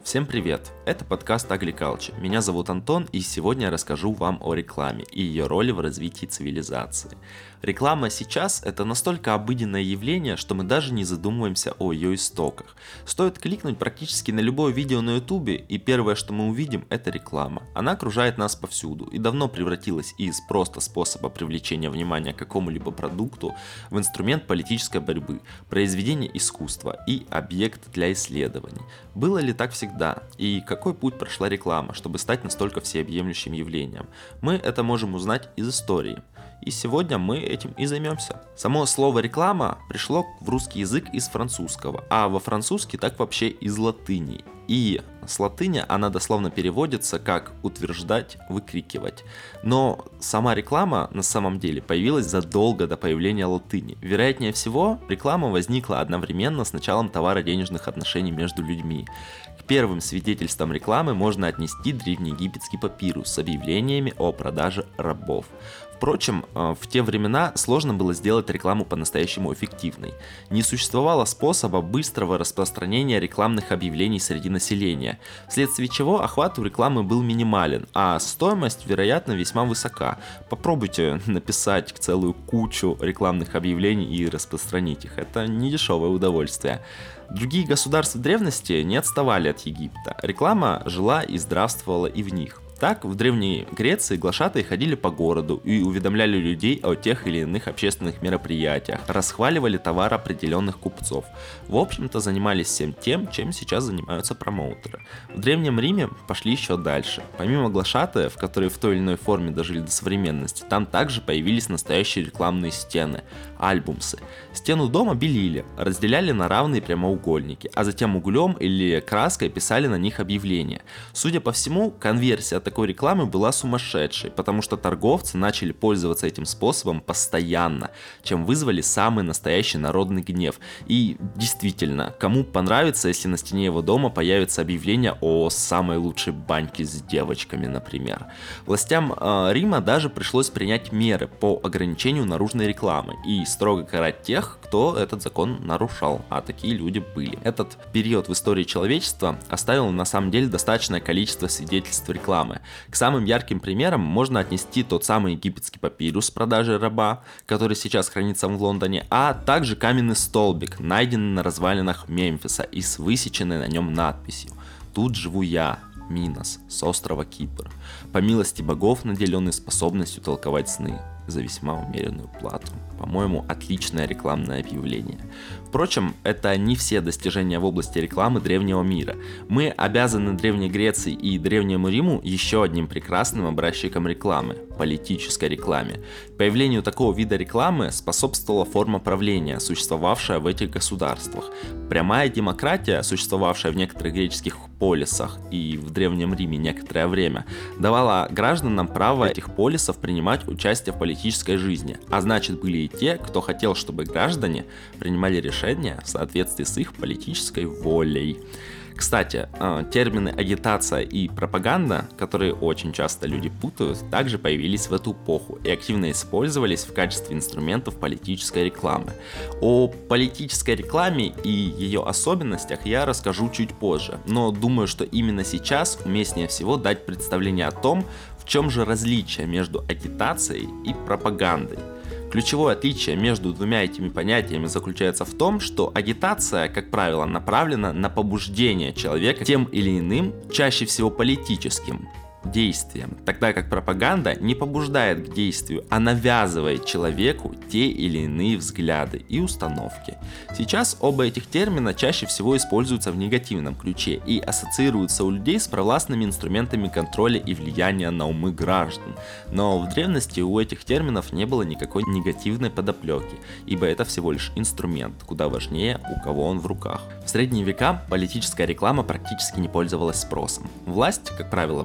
Всем привет! Это подкаст Agriculture. Меня зовут Антон, и сегодня я расскажу вам о рекламе и ее роли в развитии цивилизации. Реклама сейчас – это настолько обыденное явление, что мы даже не задумываемся о ее истоках. Стоит кликнуть практически на любое видео на ютубе, и первое, что мы увидим – это реклама. Она окружает нас повсюду и давно превратилась из просто способа привлечения внимания к какому-либо продукту в инструмент политической борьбы, произведение искусства и объект для исследований. Было ли так всегда? И какой путь прошла реклама, чтобы стать настолько всеобъемлющим явлением? Мы это можем узнать из истории. И сегодня мы этим и займемся. Само слово реклама пришло в русский язык из французского, а во французский так вообще из латыни. И с латыни она дословно переводится как «утверждать, выкрикивать». Но сама реклама на самом деле появилась задолго до появления латыни. Вероятнее всего, реклама возникла одновременно с началом товаро-денежных отношений между людьми. К первым свидетельствам рекламы можно отнести древнеегипетский папирус с объявлениями о продаже рабов. Впрочем, в те времена сложно было сделать рекламу по-настоящему эффективной. Не существовало способа быстрого распространения рекламных объявлений среди населения, вследствие чего охват у рекламы был минимален, а стоимость, вероятно, весьма высока. Попробуйте написать целую кучу рекламных объявлений и распространить их. Это не дешевое удовольствие. Другие государства древности не отставали от Египта. Реклама жила и здравствовала и в них. Так, в Древней Греции глашатаи ходили по городу и уведомляли людей о тех или иных общественных мероприятиях, расхваливали товар определенных купцов. В общем-то, занимались всем тем, чем сейчас занимаются промоутеры. В Древнем Риме пошли еще дальше. Помимо глашатаев, которые в той или иной форме дожили до современности, там также появились настоящие рекламные стены – альбумсы. Стену дома белили, разделяли на равные прямоугольники, а затем углем или краской писали на них объявления. Судя по всему, конверсия такой рекламы была сумасшедшей, потому что торговцы начали пользоваться этим способом постоянно, чем вызвали самый настоящий народный гнев. И действительно, кому понравится, если на стене его дома появится объявление о самой лучшей баньке с девочками, например. Властям Рима даже пришлось принять меры по ограничению наружной рекламы и строго карать тех, кто этот закон нарушал, а такие люди были. Этот период в истории человечества оставил на самом деле достаточное количество свидетельств рекламы. К самым ярким примерам можно отнести тот самый египетский папирус с продажей раба, который сейчас хранится в Лондоне, а также каменный столбик, найденный на развалинах Мемфиса и с высеченной на нем надписью «Тут живу я, Минос, с острова Кипр, по милости богов, наделенный способностью толковать сны за весьма умеренную плату». По-моему, отличное рекламное объявление. Впрочем, это не все достижения в области рекламы древнего мира. Мы обязаны Древней Греции и Древнему Риму еще одним прекрасным образчиком рекламы – политической рекламе. Появлению такого вида рекламы способствовала форма правления, существовавшая в этих государствах. Прямая демократия, существовавшая в некоторых греческих полисах и в Древнем Риме некоторое время, давала гражданам право этих полисов принимать участие в политической жизни, а значит были и те, кто хотел, чтобы граждане принимали решения в соответствии с их политической волей. Кстати, термины агитация и пропаганда, которые очень часто люди путают, также появились в эту эпоху и активно использовались в качестве инструментов политической рекламы. О политической рекламе и ее особенностях я расскажу чуть позже, но думаю, что именно сейчас уместнее всего дать представление о том, в чем же различие между агитацией и пропагандой. Ключевое отличие между двумя этими понятиями заключается в том, что агитация, как правило, направлена на побуждение человека тем или иным, чаще всего политическим действием, тогда как пропаганда не побуждает к действию, а навязывает человеку те или иные взгляды и установки. Сейчас оба этих термина чаще всего используются в негативном ключе и ассоциируются у людей с провластными инструментами контроля и влияния на умы граждан. Но в древности у этих терминов не было никакой негативной подоплеки, ибо это всего лишь инструмент, куда важнее, у кого он в руках. В средние века политическая реклама практически не пользовалась спросом. Власть, как правило, была абсолютно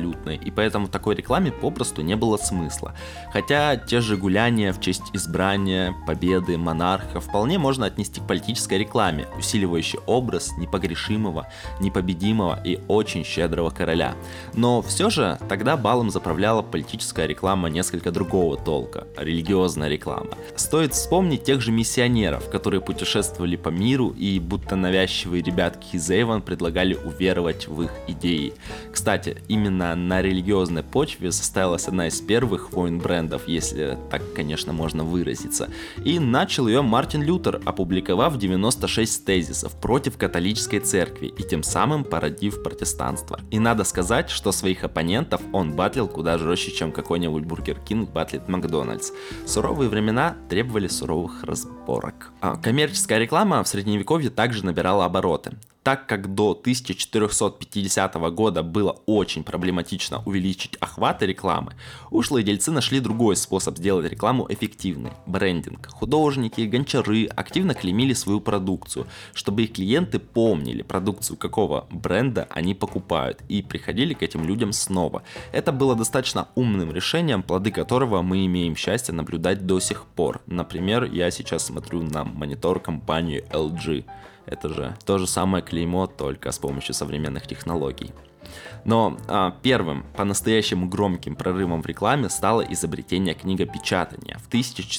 абсолютной, и поэтому в такой рекламе попросту не было смысла. Хотя те же гуляния в честь избрания, победы, монарха вполне можно отнести к политической рекламе, усиливающей образ непогрешимого, непобедимого и очень щедрого короля. Но все же тогда балом заправляла политическая реклама несколько другого толка – религиозная реклама. Стоит вспомнить тех же миссионеров, которые путешествовали по миру и будто навязчивые ребятки из Avon предлагали уверовать в их идеи. Кстати, именно на религиозной почве состоялась одна из первых войн брендов, если так, конечно, можно выразиться. И начал ее Мартин Лютер, опубликовав 96 тезисов против католической церкви и тем самым породив протестанство. И надо сказать, что своих оппонентов он батлил куда жестче, чем какой-нибудь Бургер Кинг батлит Макдональдс. Суровые времена требовали суровых разборок. Коммерческая реклама в средневековье также набирала обороты. Так как до 1450 года было очень проблематично увеличить охваты рекламы, ушлые дельцы нашли другой способ сделать рекламу эффективной – брендинг. Художники, гончары активно клеймили свою продукцию, чтобы их клиенты помнили, продукцию какого бренда они покупают, и приходили к этим людям снова. Это было достаточно умным решением, плоды которого мы имеем счастье наблюдать до сих пор. Например, я сейчас смотрю на монитор компании LG. Это же то же самое клеймо, только с помощью современных технологий. Но первым по-настоящему громким прорывом в рекламе стало изобретение книгопечатания в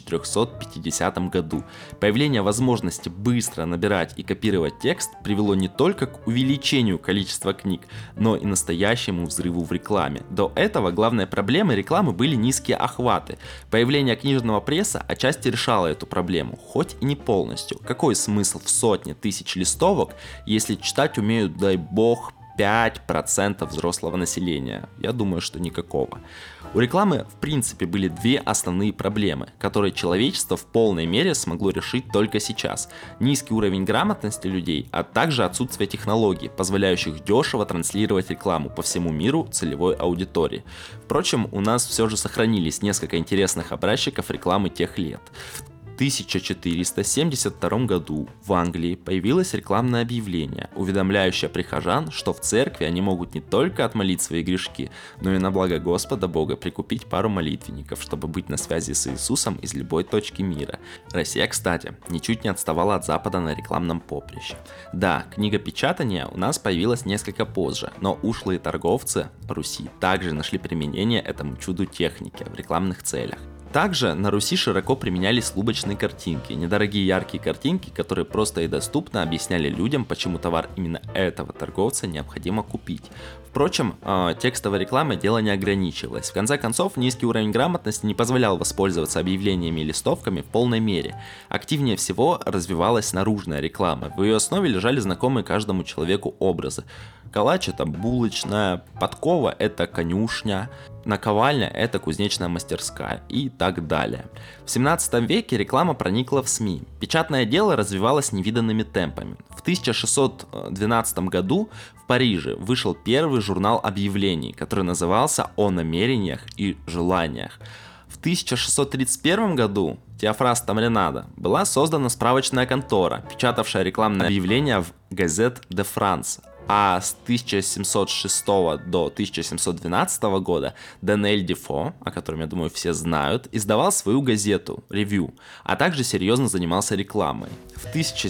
1450 году. Появление возможности быстро набирать и копировать текст привело не только к увеличению количества книг, но и настоящему взрыву в рекламе. До этого главной проблемой рекламы были низкие охваты. Появление книжного пресса отчасти решало эту проблему, хоть и не полностью. Какой смысл в сотни тысяч листовок, если читать умеют, дай бог, 5% взрослого населения? Я думаю, что никакого. У рекламы в принципе были две основные проблемы, которые человечество в полной мере смогло решить только сейчас. Низкий уровень грамотности людей, а также отсутствие технологий, позволяющих дешево транслировать рекламу по всему миру целевой аудитории. Впрочем, у нас все же сохранились несколько интересных образчиков рекламы тех лет. В 1472 году в Англии появилось рекламное объявление, уведомляющее прихожан, что в церкви они могут не только отмолить свои грешки, но и на благо Господа Бога прикупить пару молитвенников, чтобы быть на связи с Иисусом из любой точки мира. Россия, кстати, ничуть не отставала от Запада на рекламном поприще. Да, книгопечатание у нас появилось несколько позже, но ушлые торговцы Руси также нашли применение этому чуду техники в рекламных целях. Также на Руси широко применялись лубочные картинки, недорогие яркие картинки, которые просто и доступно объясняли людям, почему товар именно этого торговца необходимо купить. Впрочем, текстовой рекламой дело не ограничивалось. В конце концов, низкий уровень грамотности не позволял воспользоваться объявлениями и листовками в полной мере. Активнее всего развивалась наружная реклама. В ее основе лежали знакомые каждому человеку образы. Калач — это булочная, подкова — это конюшня, наковальня — это кузнечная мастерская и так далее. В 17 веке реклама проникла в СМИ. Печатное дело развивалось невиданными темпами. В 1612 году в Париже вышел первый журнал объявлений, который назывался «О намерениях и желаниях». В 1631 году Теофраст Тамренадо была создана справочная контора, печатавшая рекламные объявления в «Газет де Франс». А с 1706 до 1712 года Даниэль Дефо, о котором, я думаю, все знают, издавал свою газету «Ревью», а также серьезно занимался рекламой. В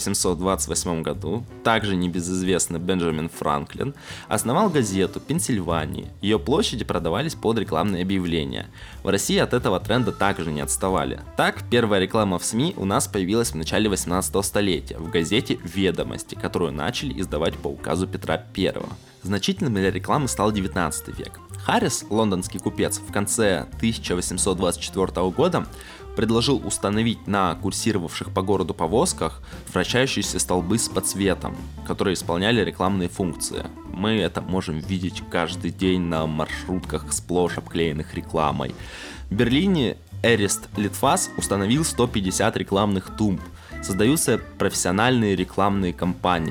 1728 году также небезызвестный Бенджамин Франклин основал газету «Пенсильвания». Ее площади продавались под рекламные объявления. В России от этого тренда также не отставали. Так, первая реклама в СМИ у нас появилась в начале 18 столетия в газете «Ведомости», которую начали издавать по указу Петра I. Значительным для рекламы стал 19 век. Харрис, лондонский купец, в конце 1824 года предложил установить на курсировавших по городу повозках вращающиеся столбы с подсветом, которые исполняли рекламные функции. Мы это можем видеть каждый день на маршрутках, сплошь обклеенных рекламой. В Берлине Эрист Литфас установил 150 рекламных тумб. Создаются профессиональные рекламные кампании.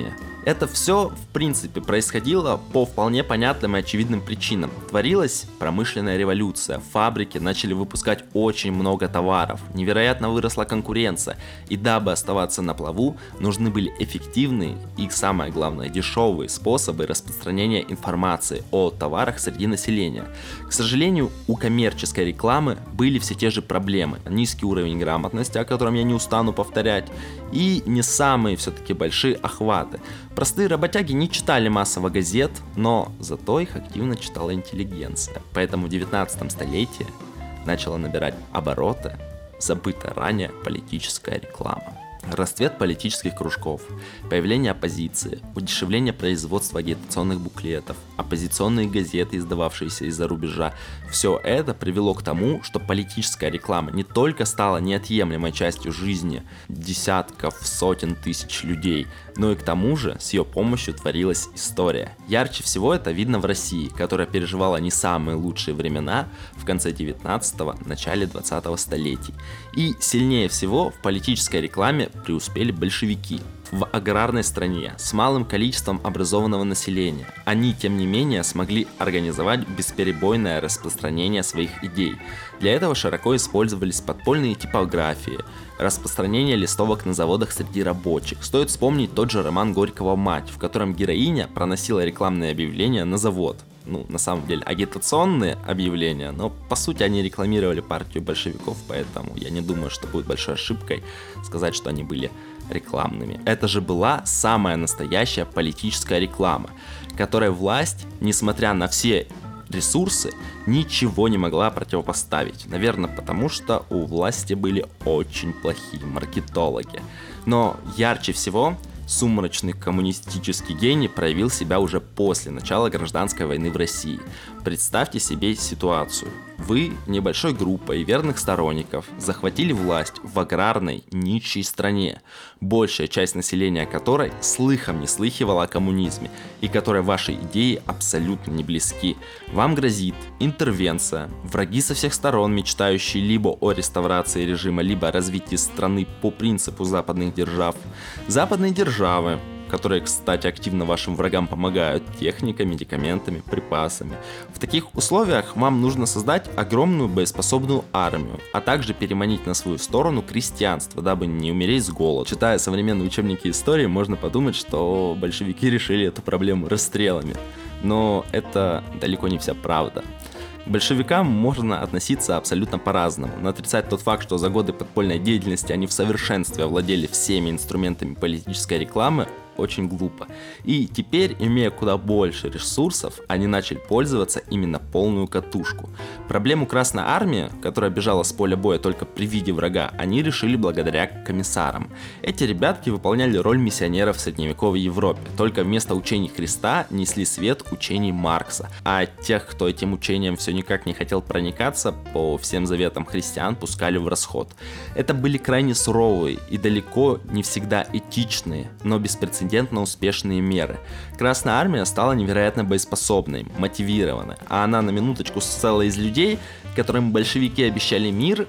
Это все, в принципе, происходило по вполне понятным и очевидным причинам. Творилась промышленная революция, фабрики начали выпускать очень много товаров, невероятно выросла конкуренция, и дабы оставаться на плаву, нужны были эффективные и, самое главное, дешевые способы распространения информации о товарах среди населения. К сожалению, у коммерческой рекламы были все те же проблемы. Низкий уровень грамотности, о котором я не устану повторять, и не самые все-таки большие охваты. Простые работяги не читали массово газет, но зато их активно читала интеллигенция. Поэтому в 19 столетии начала набирать обороты забытая ранее политическая реклама. Расцвет политических кружков, появление оппозиции, удешевление производства агитационных буклетов, оппозиционные газеты, издававшиеся из-за рубежа – все это привело к тому, что политическая реклама не только стала неотъемлемой частью жизни десятков, сотен тысяч людей, но и к тому же с ее помощью творилась история. Ярче всего это видно в России, которая переживала не самые лучшие времена в конце 19-го, начале 20-го столетий. И сильнее всего в политической рекламе преуспели большевики. В аграрной стране с малым количеством образованного населения они, тем не менее, смогли организовать бесперебойное распространение своих идей. Для этого широко использовались подпольные типографии, распространение листовок на заводах среди рабочих. Стоит вспомнить тот же роман Горького «Мать», в котором героиня проносила рекламные объявления на завод. На самом деле, агитационные объявления, но по сути они рекламировали партию большевиков, поэтому я не думаю, что будет большой ошибкой сказать, что они были рекламными. Это же была самая настоящая политическая реклама, которой власть, несмотря на все ресурсы, ничего не могла противопоставить. Наверное, потому что у власти были очень плохие маркетологи. Но ярче всего сумрачный коммунистический гений проявил себя уже после начала гражданской войны в России. Представьте себе ситуацию. Вы небольшой группой верных сторонников захватили власть в аграрной, нищей стране, большая часть населения которой слыхом не слыхивала о коммунизме и которой ваши идеи абсолютно не близки. Вам грозит интервенция, враги со всех сторон, мечтающие либо о реставрации режима, либо о развитии страны по принципу западных держав. Западные державы, которые, кстати, активно вашим врагам помогают техникой, медикаментами, припасами. В таких условиях вам нужно создать огромную боеспособную армию, а также переманить на свою сторону крестьянство, дабы не умереть с голоду. Читая современные учебники истории, можно подумать, что большевики решили эту проблему расстрелами. Но это далеко не вся правда. К большевикам можно относиться абсолютно по-разному, но отрицать тот факт, что за годы подпольной деятельности они в совершенстве овладели всеми инструментами политической рекламы, очень глупо. И теперь, имея куда больше ресурсов, они начали пользоваться именно полную катушку. Проблему Красной Армии, которая бежала с поля боя только при виде врага, они решили благодаря комиссарам. Эти ребятки выполняли роль миссионеров в средневековой Европе, только вместо учений Христа несли свет учений Маркса, а тех, кто этим учением все никак не хотел проникаться, по всем заветам христиан пускали в расход. Это были крайне суровые и далеко не всегда этичные, но беспрецедентно успешные меры. Красная армия стала невероятно боеспособной, мотивированной, а она на минуточку состояла из людей, которым большевики обещали мир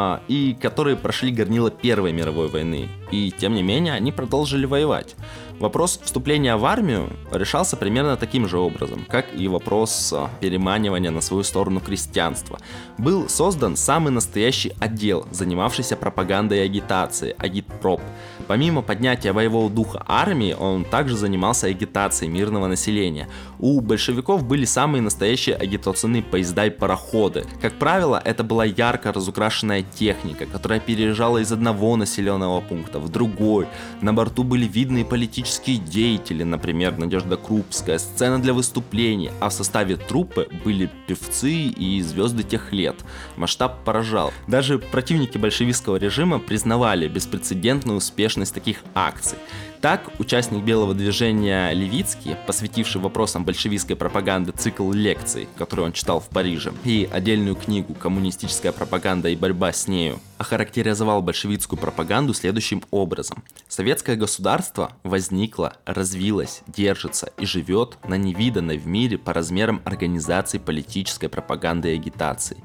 и которые прошли горнило Первой мировой войны, и тем не менее они продолжили воевать. Вопрос вступления в армию решался примерно таким же образом, как и вопрос переманивания на свою сторону крестьянства. Был создан самый настоящий отдел, занимавшийся пропагандой и агитацией, агитпроп. Помимо поднятия боевого духа армии, он также занимался агитацией мирного населения. У большевиков были самые настоящие агитационные поезда и пароходы. Как правило, это была ярко разукрашенная техника, которая переезжала из одного населенного пункта в другой. На борту были видные политические деятели, например, Надежда Крупская, сцена для выступлений, а в составе труппы были певцы и звезды тех лет. Масштаб поражал. Даже противники большевистского режима признавали беспрецедентную успешность таких акций. Так, участник белого движения Левицкий, посвятивший вопросам большевистской пропаганды цикл лекций, который он читал в Париже, и отдельную книгу «Коммунистическая пропаганда и борьба с нею», охарактеризовал большевистскую пропаганду следующим образом. Советское государство возникло, развилось, держится и живет на невиданной в мире по размерам организации политической пропаганды и агитации.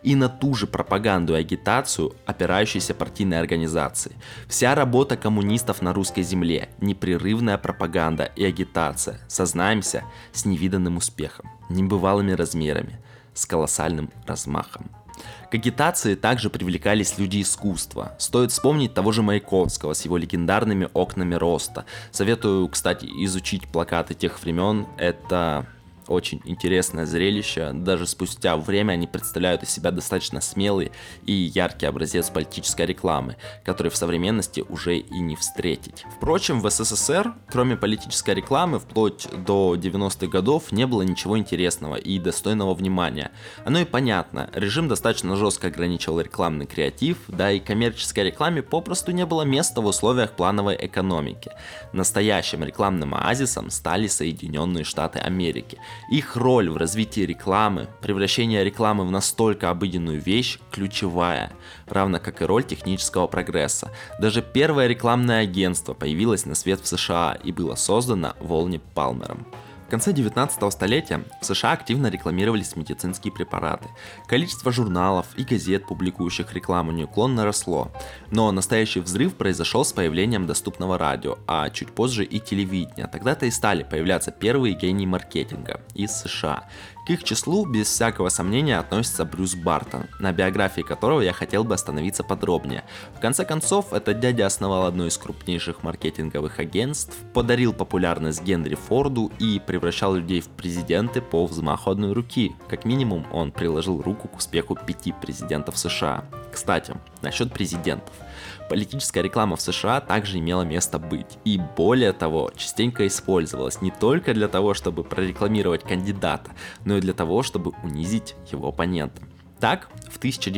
и на ту же пропаганду и агитацию опирающейся партийной организации. Вся работа коммунистов на русской земле – непрерывная пропаганда и агитация, сознаемся, с невиданным успехом, небывалыми размерами, с колоссальным размахом. К агитации также привлекались люди искусства. Стоит вспомнить того же Маяковского с его легендарными окнами роста. Советую, кстати, изучить плакаты тех времен. Это очень интересное зрелище. Даже спустя время они представляют из себя достаточно смелый и яркий образец политической рекламы, который в современности уже и не встретить. Впрочем, в СССР, кроме политической рекламы, вплоть до 90-х годов не было ничего интересного и достойного внимания. Оно и понятно, режим достаточно жестко ограничивал рекламный креатив, да и коммерческой рекламе попросту не было места в условиях плановой экономики. Настоящим рекламным оазисом стали Соединенные Штаты Америки. Их роль в развитии рекламы, превращение рекламы в настолько обыденную вещь ключевая, равно как и роль технического прогресса. Даже первое рекламное агентство появилось на свет в США и было создано Волни Палмером. В конце 19 столетия в США активно рекламировались медицинские препараты. Количество журналов и газет, публикующих рекламу, неуклонно росло. Но настоящий взрыв произошел с появлением доступного радио, а чуть позже и телевидения. Тогда-то и стали появляться первые гении маркетинга из США. К их числу без всякого сомнения относится Брюс Бартон, на биографии которого я хотел бы остановиться подробнее. В конце концов, этот дядя основал одно из крупнейших маркетинговых агентств, подарил популярность Генри Форду и превращал людей в президенты по взмаху одной руки. Как минимум, он приложил руку к успеху 5 президентов США. Кстати, насчет президентов. Политическая реклама в США также имела место быть. И более того, частенько использовалась не только для того, чтобы прорекламировать кандидата, но и для того, чтобы унизить его оппонента. Так, в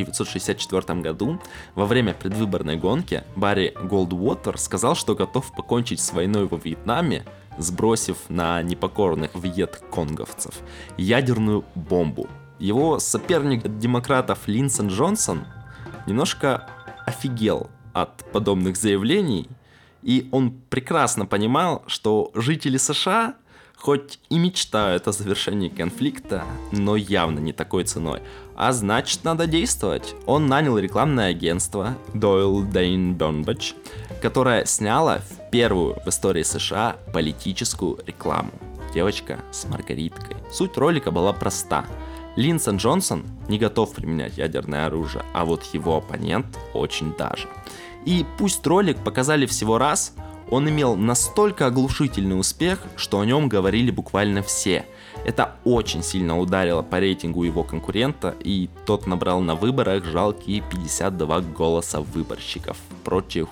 1964 году, во время предвыборной гонки, Барри Голдуотер сказал, что готов покончить с войной во Вьетнаме, сбросив на непокорных вьетконговцев ядерную бомбу. Его соперник демократов Линдон Джонсон немножко офигел от подобных заявлений, и он прекрасно понимал, что жители США хоть и мечтают о завершении конфликта, но явно не такой ценой. А значит, надо действовать. Он нанял рекламное агентство Doyle Dane Bernbach, которое сняло в первую в истории США политическую рекламу. Девочка с маргариткой. Суть ролика была проста. Линдон Джонсон не готов применять ядерное оружие, а вот его оппонент очень даже. И пусть ролик показали всего раз, он имел настолько оглушительный успех, что о нем говорили буквально все. Это очень сильно ударило по рейтингу его конкурента, и тот набрал на выборах жалкие 52 голоса выборщиков против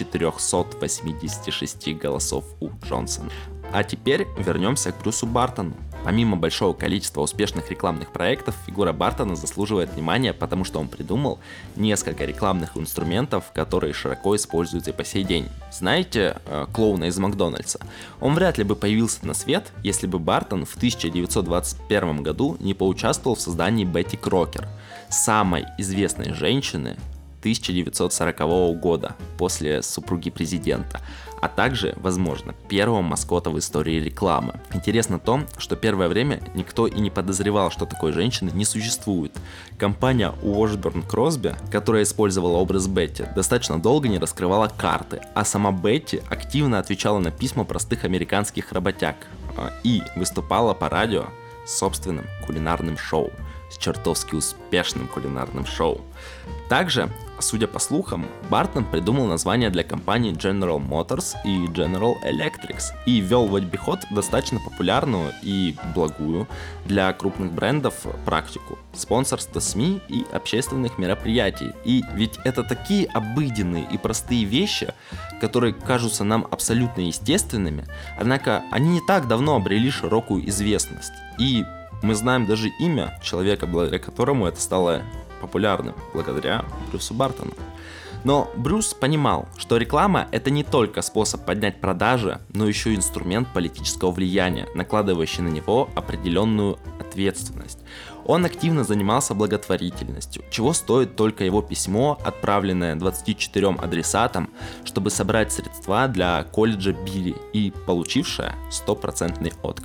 486 голосов у Джонсона. А теперь вернемся к Брюсу Бартону. Помимо большого количества успешных рекламных проектов, фигура Бартона заслуживает внимания, потому что он придумал несколько рекламных инструментов, которые широко используются и по сей день. Знаете клоуна из Макдональдса? Он вряд ли бы появился на свет, если бы Бартон в 1921 году не поучаствовал в создании Бетти Крокер, самой известной женщины 1940 года после супруги президента, а также, возможно, первого маскота в истории рекламы. Интересно то, что первое время никто и не подозревал, что такой женщины не существует. Компания Washburn Crosby, которая использовала образ Бетти, достаточно долго не раскрывала карты, а сама Бетти активно отвечала на письма простых американских работяг и выступала по радио с собственным кулинарным шоу, с чертовски успешным кулинарным шоу. Также, судя по слухам, Бартон придумал название для компаний General Motors и General Electric и ввел в обиход достаточно популярную и благую для крупных брендов практику спонсорства СМИ и общественных мероприятий. И ведь это такие обыденные и простые вещи, которые кажутся нам абсолютно естественными, однако они не так давно обрели широкую известность. И мы знаем даже имя человека, благодаря которому это стало популярным, благодаря Брюсу Бартону. Но Брюс понимал, что реклама — это не только способ поднять продажи, но еще и инструмент политического влияния, накладывающий на него определенную ответственность. Он активно занимался благотворительностью, чего стоит только его письмо, отправленное 24 адресатам, чтобы собрать средства для колледжа Билли и получившее 100% отклик.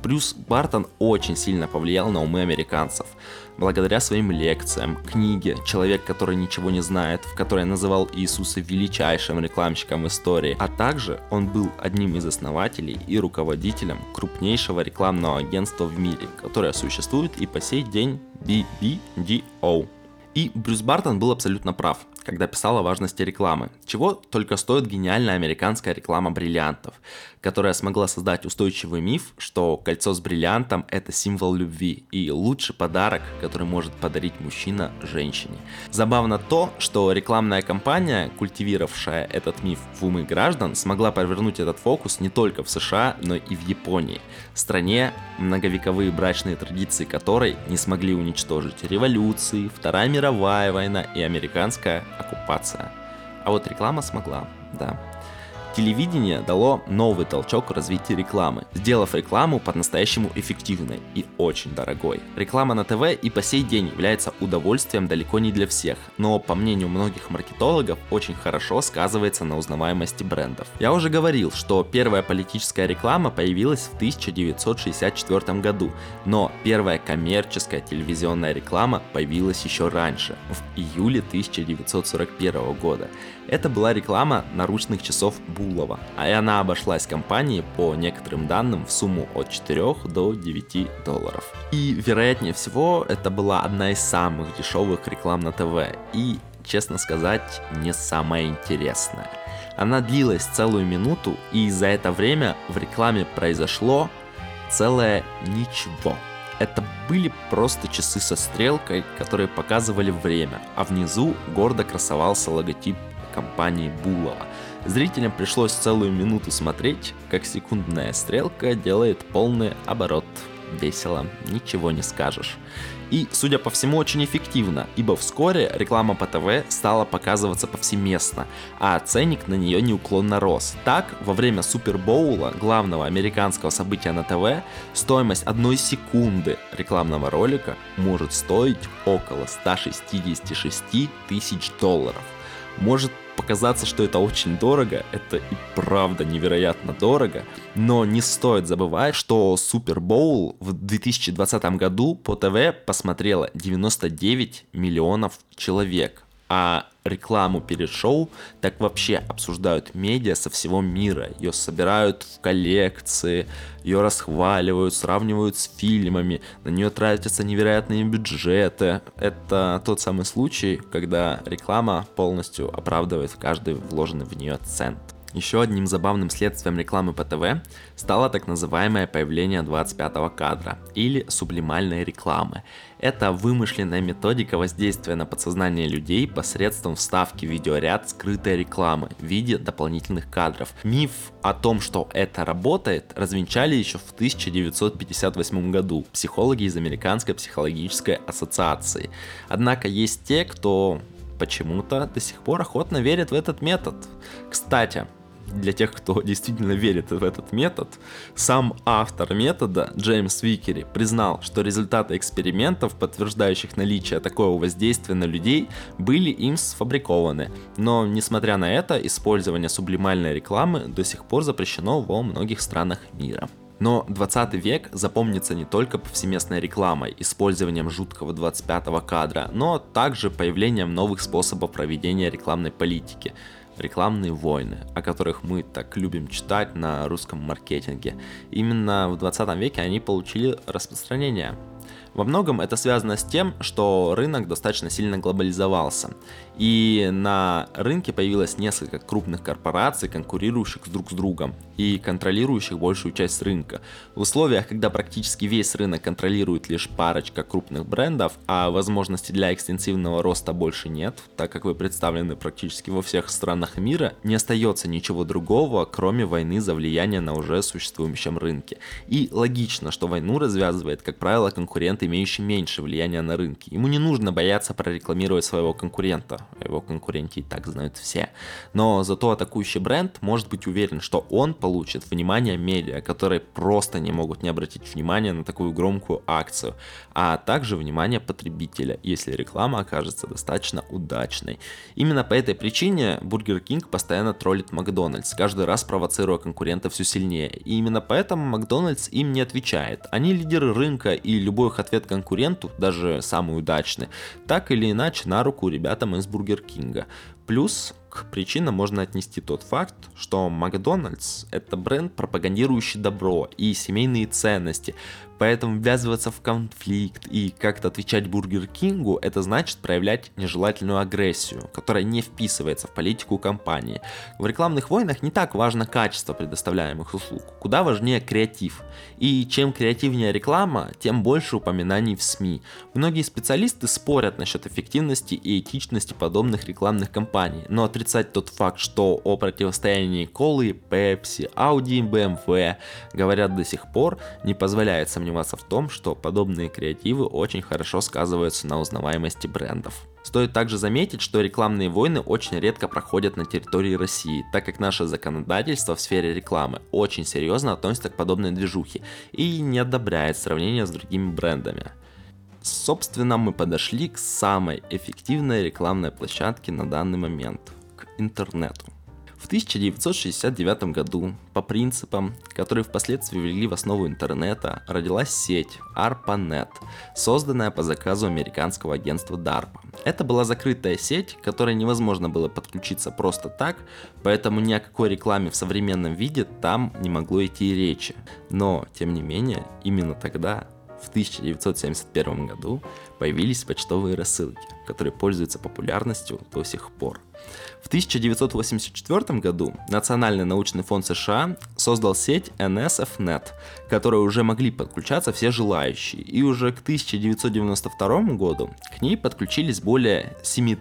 Брюс Бартон очень сильно повлиял на умы американцев. Благодаря своим лекциям, книге «Человек, который ничего не знает», в которой называл Иисуса величайшим рекламщиком истории, а также он был одним из основателей и руководителем крупнейшего рекламного агентства в мире, которое существует и по сей день, BBDO. И Брюс Бартон был абсолютно прав, когда писал о важности рекламы. Чего только стоит гениальная американская реклама бриллиантов, которая смогла создать устойчивый миф, что кольцо с бриллиантом – это символ любви и лучший подарок, который может подарить мужчина женщине. Забавно то, что рекламная кампания, культивировавшая этот миф в умы граждан, смогла повернуть этот фокус не только в США, но и в Японии, стране, многовековые брачные традиции которой не смогли уничтожить революции, Вторая мировая война и американская оккупация. А вот реклама смогла, да. Телевидение дало новый толчок в развитии рекламы, сделав рекламу по-настоящему эффективной и очень дорогой. Реклама на ТВ и по сей день является удовольствием далеко не для всех, но, по мнению многих маркетологов, очень хорошо сказывается на узнаваемости брендов. Я уже говорил, что первая политическая реклама появилась в 1964 году, но первая коммерческая телевизионная реклама появилась еще раньше, в июле 1941 года. Это была реклама наручных часов Буллова, и она обошлась компании по некоторым данным в сумму от 4 до 9 долларов. И вероятнее всего это была одна из самых дешевых реклам на ТВ и, честно сказать, не самая интересная. Она длилась целую минуту, и за это время в рекламе произошло целое ничего. Это были просто часы со стрелкой, которые показывали время, а внизу гордо красовался логотип компании Буллова. Зрителям пришлось целую минуту смотреть, как секундная стрелка делает полный оборот. Весело, ничего не скажешь. И, судя по всему, очень эффективно, ибо вскоре реклама по ТВ стала показываться повсеместно, а ценник на нее неуклонно рос. Так, во время Супербоула, главного американского события на ТВ, стоимость 1 секунды рекламного ролика может стоить около 166 тысяч долларов. Может показаться, что это очень дорого, это и правда невероятно дорого, но не стоит забывать, что Супербоул в 2020 году по ТВ посмотрело 99 миллионов человек, а рекламу перед шоу так вообще обсуждают медиа со всего мира. Ее собирают в коллекции, ее расхваливают, сравнивают с фильмами, на нее тратятся невероятные бюджеты. Это тот самый случай, когда реклама полностью оправдывает каждый вложенный в нее цент. Еще одним забавным следствием рекламы по ТВ стало так называемое появление 25-го кадра или сублимальной рекламы. Это вымышленная методика воздействия на подсознание людей посредством вставки в видеоряд скрытой рекламы в виде дополнительных кадров. Миф о том, что это работает, развенчали еще в 1958 году психологи из Американской психологической ассоциации. Однако есть те, кто почему-то до сих пор охотно верит в этот метод. Кстати, для тех, кто действительно верит в этот метод, сам автор метода Джеймс Викери признал, что результаты экспериментов, подтверждающих наличие такого воздействия на людей, были им сфабрикованы. Но, несмотря на это, использование сублимальной рекламы до сих пор запрещено во многих странах мира. Но 20 век запомнится не только повсеместной рекламой, использованием жуткого 25-го кадра, но также появлением новых способов проведения рекламной политики. Рекламные войны, о которых мы так любим читать на русском маркетинге. Именно в 20 веке они получили распространение. Во многом это связано с тем, что рынок достаточно сильно глобализовался, и на рынке появилось несколько крупных корпораций, конкурирующих друг с другом и контролирующих большую часть рынка. В условиях, когда практически весь рынок контролирует лишь парочка крупных брендов, а возможностей для экстенсивного роста больше нет, так как вы представлены практически во всех странах мира, не остается ничего другого, кроме войны за влияние на уже существующем рынке. И логично, что войну развязывает, как правило, конкуренты имеющий меньше влияния на рынке. Ему не нужно бояться прорекламировать своего конкурента. О его конкуренте и так знают все. Но зато атакующий бренд может быть уверен, что он получит внимание медиа, которые просто не могут не обратить внимания на такую громкую акцию, а также внимание потребителя, если реклама окажется достаточно удачной. Именно по этой причине Burger King постоянно троллит Макдональдс, каждый раз провоцируя конкурента все сильнее. И именно поэтому Макдональдс им не отвечает. Они лидеры рынка, и любой их ответ конкуренту, даже самый удачный, так или иначе на руку ребятам из Бургер Кинга. Плюс к причинам можно отнести тот факт, что Макдональдс — это бренд, пропагандирующий добро и семейные ценности, поэтому ввязываться в конфликт и как-то отвечать Бургер Кингу — это значит проявлять нежелательную агрессию, которая не вписывается в политику компании. В рекламных войнах не так важно качество предоставляемых услуг, куда важнее креатив. И чем креативнее реклама, тем больше упоминаний в СМИ. Многие специалисты спорят насчет эффективности и этичности подобных рекламных кампаний, но отрицать тот факт, что о противостоянии Колы, Пепси, Audi и BMW говорят до сих пор, не позволяет сомневаться в том, что подобные креативы очень хорошо сказываются на узнаваемости брендов. Стоит также заметить, что рекламные войны очень редко проходят на территории России, так как наше законодательство в сфере рекламы очень серьезно относится к подобной движухе и не одобряет сравнение с другими брендами. Собственно, мы подошли к самой эффективной рекламной площадке на данный момент – к интернету. В 1969 году, по принципам, которые впоследствии ввели в основу интернета, родилась сеть ARPANET, созданная по заказу американского агентства DARPA. Это была закрытая сеть, к которой невозможно было подключиться просто так, поэтому ни о какой рекламе в современном виде там не могло идти речи. Но, тем не менее, именно тогда, в 1971 году, появились почтовые рассылки, которые пользуются популярностью до сих пор. В 1984 году Национальный научный фонд США создал сеть NSFNet, к которой уже могли подключаться все желающие, и уже к 1992 году к ней подключились более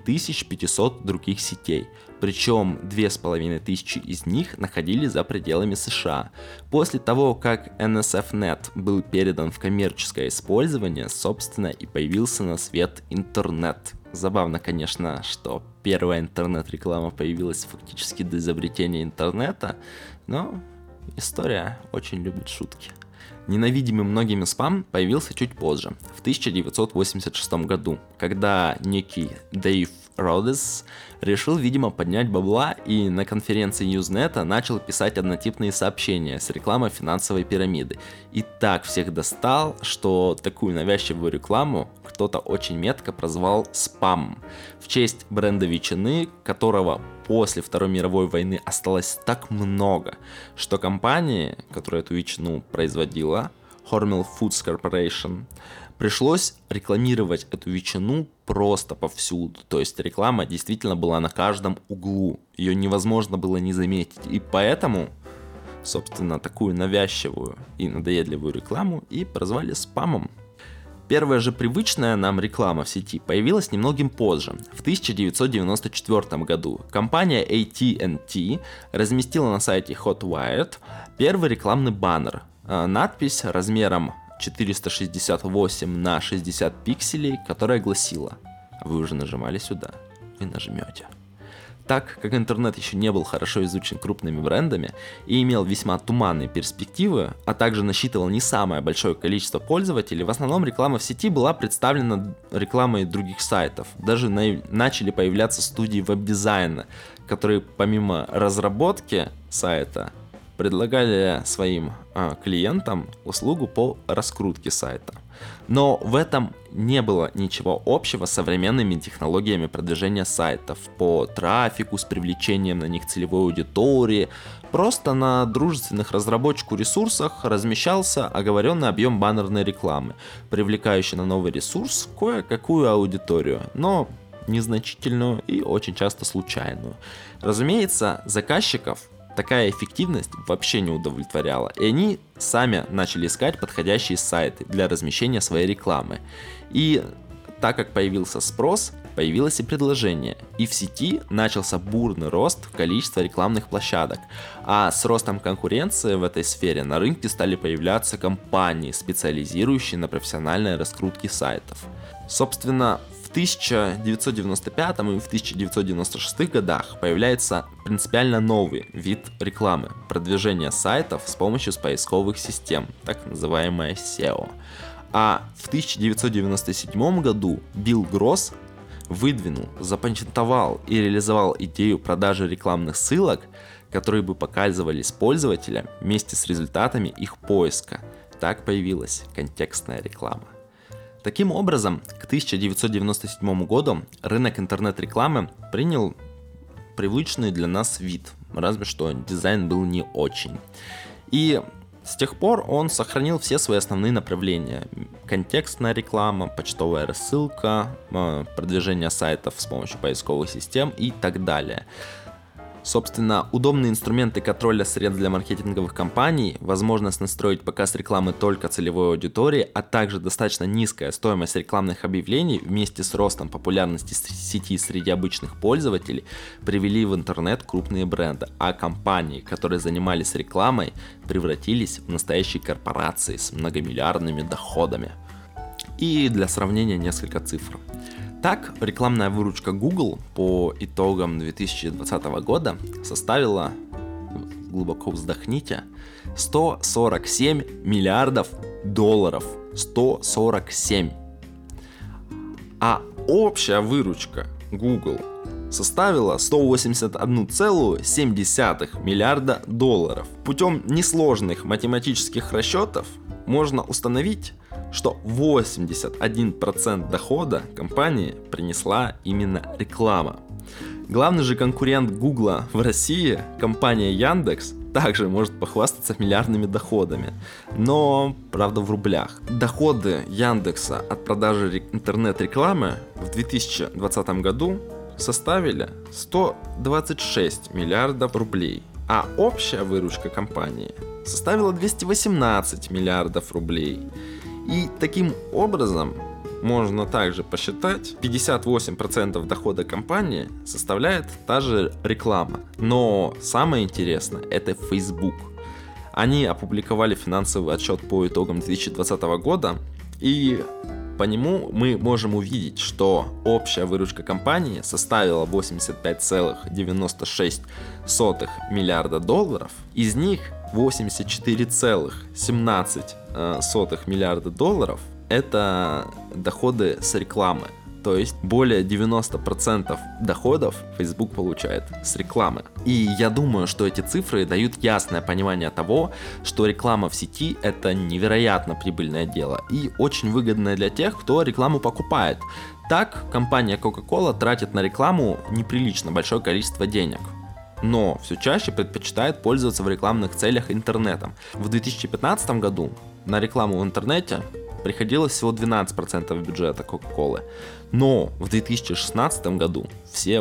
7500 других сетей, причем 2500 из них находились за пределами США. После того, как NSFNet был передан в коммерческое использование, собственно и появился на свет интернет. Забавно, конечно, что первая интернет-реклама появилась фактически до изобретения интернета, но история очень любит шутки. Ненавидимый многими спам появился чуть позже, в 1986 году, когда некий Дэйв Родес решил, видимо, поднять бабла и на конференции Usenet начал писать однотипные сообщения с рекламой финансовой пирамиды. И так всех достал, что такую навязчивую рекламу кто-то очень метко прозвал спам, в честь бренда ветчины, которого после Второй мировой войны осталось так много, что компания, которая эту ветчину производила, Hormel Foods Corporation, пришлось рекламировать эту ветчину просто повсюду. То есть реклама действительно была на каждом углу. Ее невозможно было не заметить. И поэтому, собственно, такую навязчивую и надоедливую рекламу и прозвали спамом. Первая же привычная нам реклама в сети появилась немногим позже, в 1994 году. Компания AT&T разместила на сайте Hotwired первый рекламный баннер. Надпись размером 468 на 60 пикселей, которая гласила: вы уже нажимали сюда, вы нажмете. Так как интернет еще не был хорошо изучен крупными брендами и имел весьма туманные перспективы, а также насчитывал не самое большое количество пользователей, в основном реклама в сети была представлена рекламой других сайтов. Даже начали появляться студии веб-дизайна, которые помимо разработки сайта предлагали своим клиентам услугу по раскрутке сайта. Но в этом не было ничего общего с современными технологиями продвижения сайтов по трафику, с привлечением на них целевой аудитории. Просто на дружественных разработчику ресурсах размещался оговоренный объем баннерной рекламы, привлекающий на новый ресурс кое-какую аудиторию, но незначительную и очень часто случайную. Разумеется, заказчиков такая эффективность вообще не удовлетворяла, и они сами начали искать подходящие сайты для размещения своей рекламы. И так как появился спрос, появилось и предложение, и в сети начался бурный рост количества рекламных площадок. А с ростом конкуренции в этой сфере на рынке стали появляться компании, специализирующие на профессиональной раскрутке сайтов. Собственно, в 1995 и в 1996 годах появляется принципиально новый вид рекламы – продвижение сайтов с помощью поисковых систем, так называемое SEO. А в 1997 году Билл Гросс выдвинул, запатентовал и реализовал идею продажи рекламных ссылок, которые бы показывались пользователям вместе с результатами их поиска. Так появилась контекстная реклама. Таким образом, к 1997 году рынок интернет-рекламы принял привычный для нас вид, разве что дизайн был не очень. И с тех пор он сохранил все свои основные направления: контекстная реклама, почтовая рассылка, продвижение сайтов с помощью поисковых систем и так далее. Собственно, удобные инструменты контроля средств для маркетинговых компаний, возможность настроить показ рекламы только целевой аудитории, а также достаточно низкая стоимость рекламных объявлений вместе с ростом популярности сети среди обычных пользователей привели в интернет крупные бренды, а компании, которые занимались рекламой, превратились в настоящие корпорации с многомиллиардными доходами. И для сравнения несколько цифр. Так, рекламная выручка Google по итогам 2020 года составила, глубоко вздохните, 147 миллиардов долларов. 147. А общая выручка Google составила 181,7 миллиарда долларов. Путем несложных математических расчетов можно установить, что 81% дохода компании принесла именно реклама. Главный же конкурент Гугла в России, компания Яндекс, также может похвастаться миллиардными доходами, но, правда, в рублях. Доходы Яндекса от продажи интернет-рекламы в 2020 году составили 126 миллиардов рублей, а общая выручка компании составила 218 миллиардов рублей. И таким образом можно также посчитать, 58% дохода компании составляет та же реклама. Но самое интересное — это Facebook. Они опубликовали финансовый отчет по итогам 2020 года, и по нему мы можем увидеть, что общая выручка компании составила 85,96 миллиарда долларов, из них 84,17 миллиарда долларов — это доходы с рекламы. То есть более 90% доходов Facebook получает с рекламы. И я думаю, что эти цифры дают ясное понимание того, что реклама в сети — это невероятно прибыльное дело и очень выгодное для тех, кто рекламу покупает. Так, компания Coca-Cola тратит на рекламу неприлично большое количество денег, но все чаще предпочитает пользоваться в рекламных целях интернетом. В 2015 году на рекламу в интернете приходилось всего 12% бюджета Coca-Cola, но в 2016 году все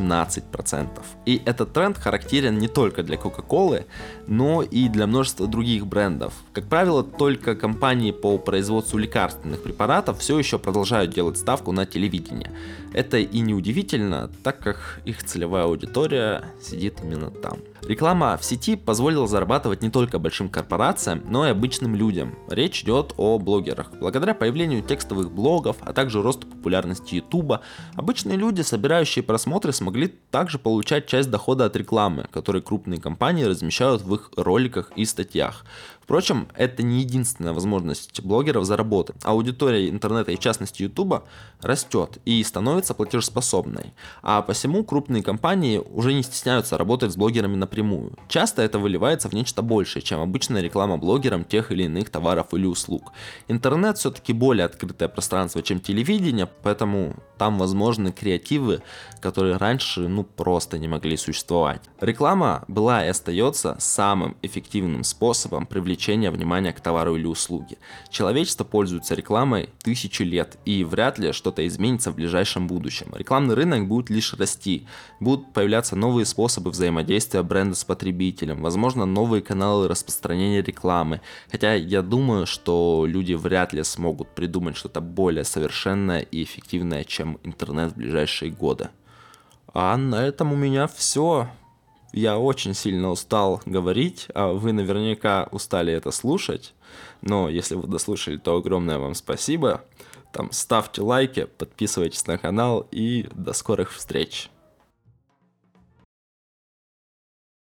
18%. И этот тренд характерен не только для Coca-Cola, но и для множества других брендов. Как правило, только компании по производству лекарственных препаратов все еще продолжают делать ставку на телевидение. Это и неудивительно, так как их целевая аудитория сидит именно там. Реклама в сети позволила зарабатывать не только большим корпорациям, но и обычным людям. Речь идет о блогерах. Благодаря появлению текстовых блогов, а также росту популярности YouTube, обычные люди, собирающие просмотры, смогли также получать часть дохода от рекламы, которую крупные компании размещают в их роликах и статьях. Впрочем, это не единственная возможность блогеров заработать. Аудитория интернета и в частности YouTube растет и становится платежеспособной. А посему крупные компании уже не стесняются работать с блогерами напрямую. Часто это выливается в нечто большее, чем обычная реклама блогерам тех или иных товаров или услуг. Интернет все-таки более открытое пространство, чем телевидение, поэтому там возможны креативы, которые раньше просто не могли существовать. Реклама была и остается самым эффективным способом привлечения внимания к товару или услуге. Человечество пользуется рекламой тысячи лет, и вряд ли что-то изменится в ближайшем будущем. Рекламный рынок будет лишь расти, будут появляться новые способы взаимодействия бренда с потребителем, возможно, новые каналы распространения рекламы, хотя я думаю, что люди вряд ли смогут придумать что-то более совершенное и эффективное эффективная, чем интернет в ближайшие годы. А на этом у меня все. Я очень сильно устал говорить, а вы наверняка устали это слушать. Но если вы дослушали, то огромное вам спасибо. Ставьте лайки, подписывайтесь на канал и до скорых встреч.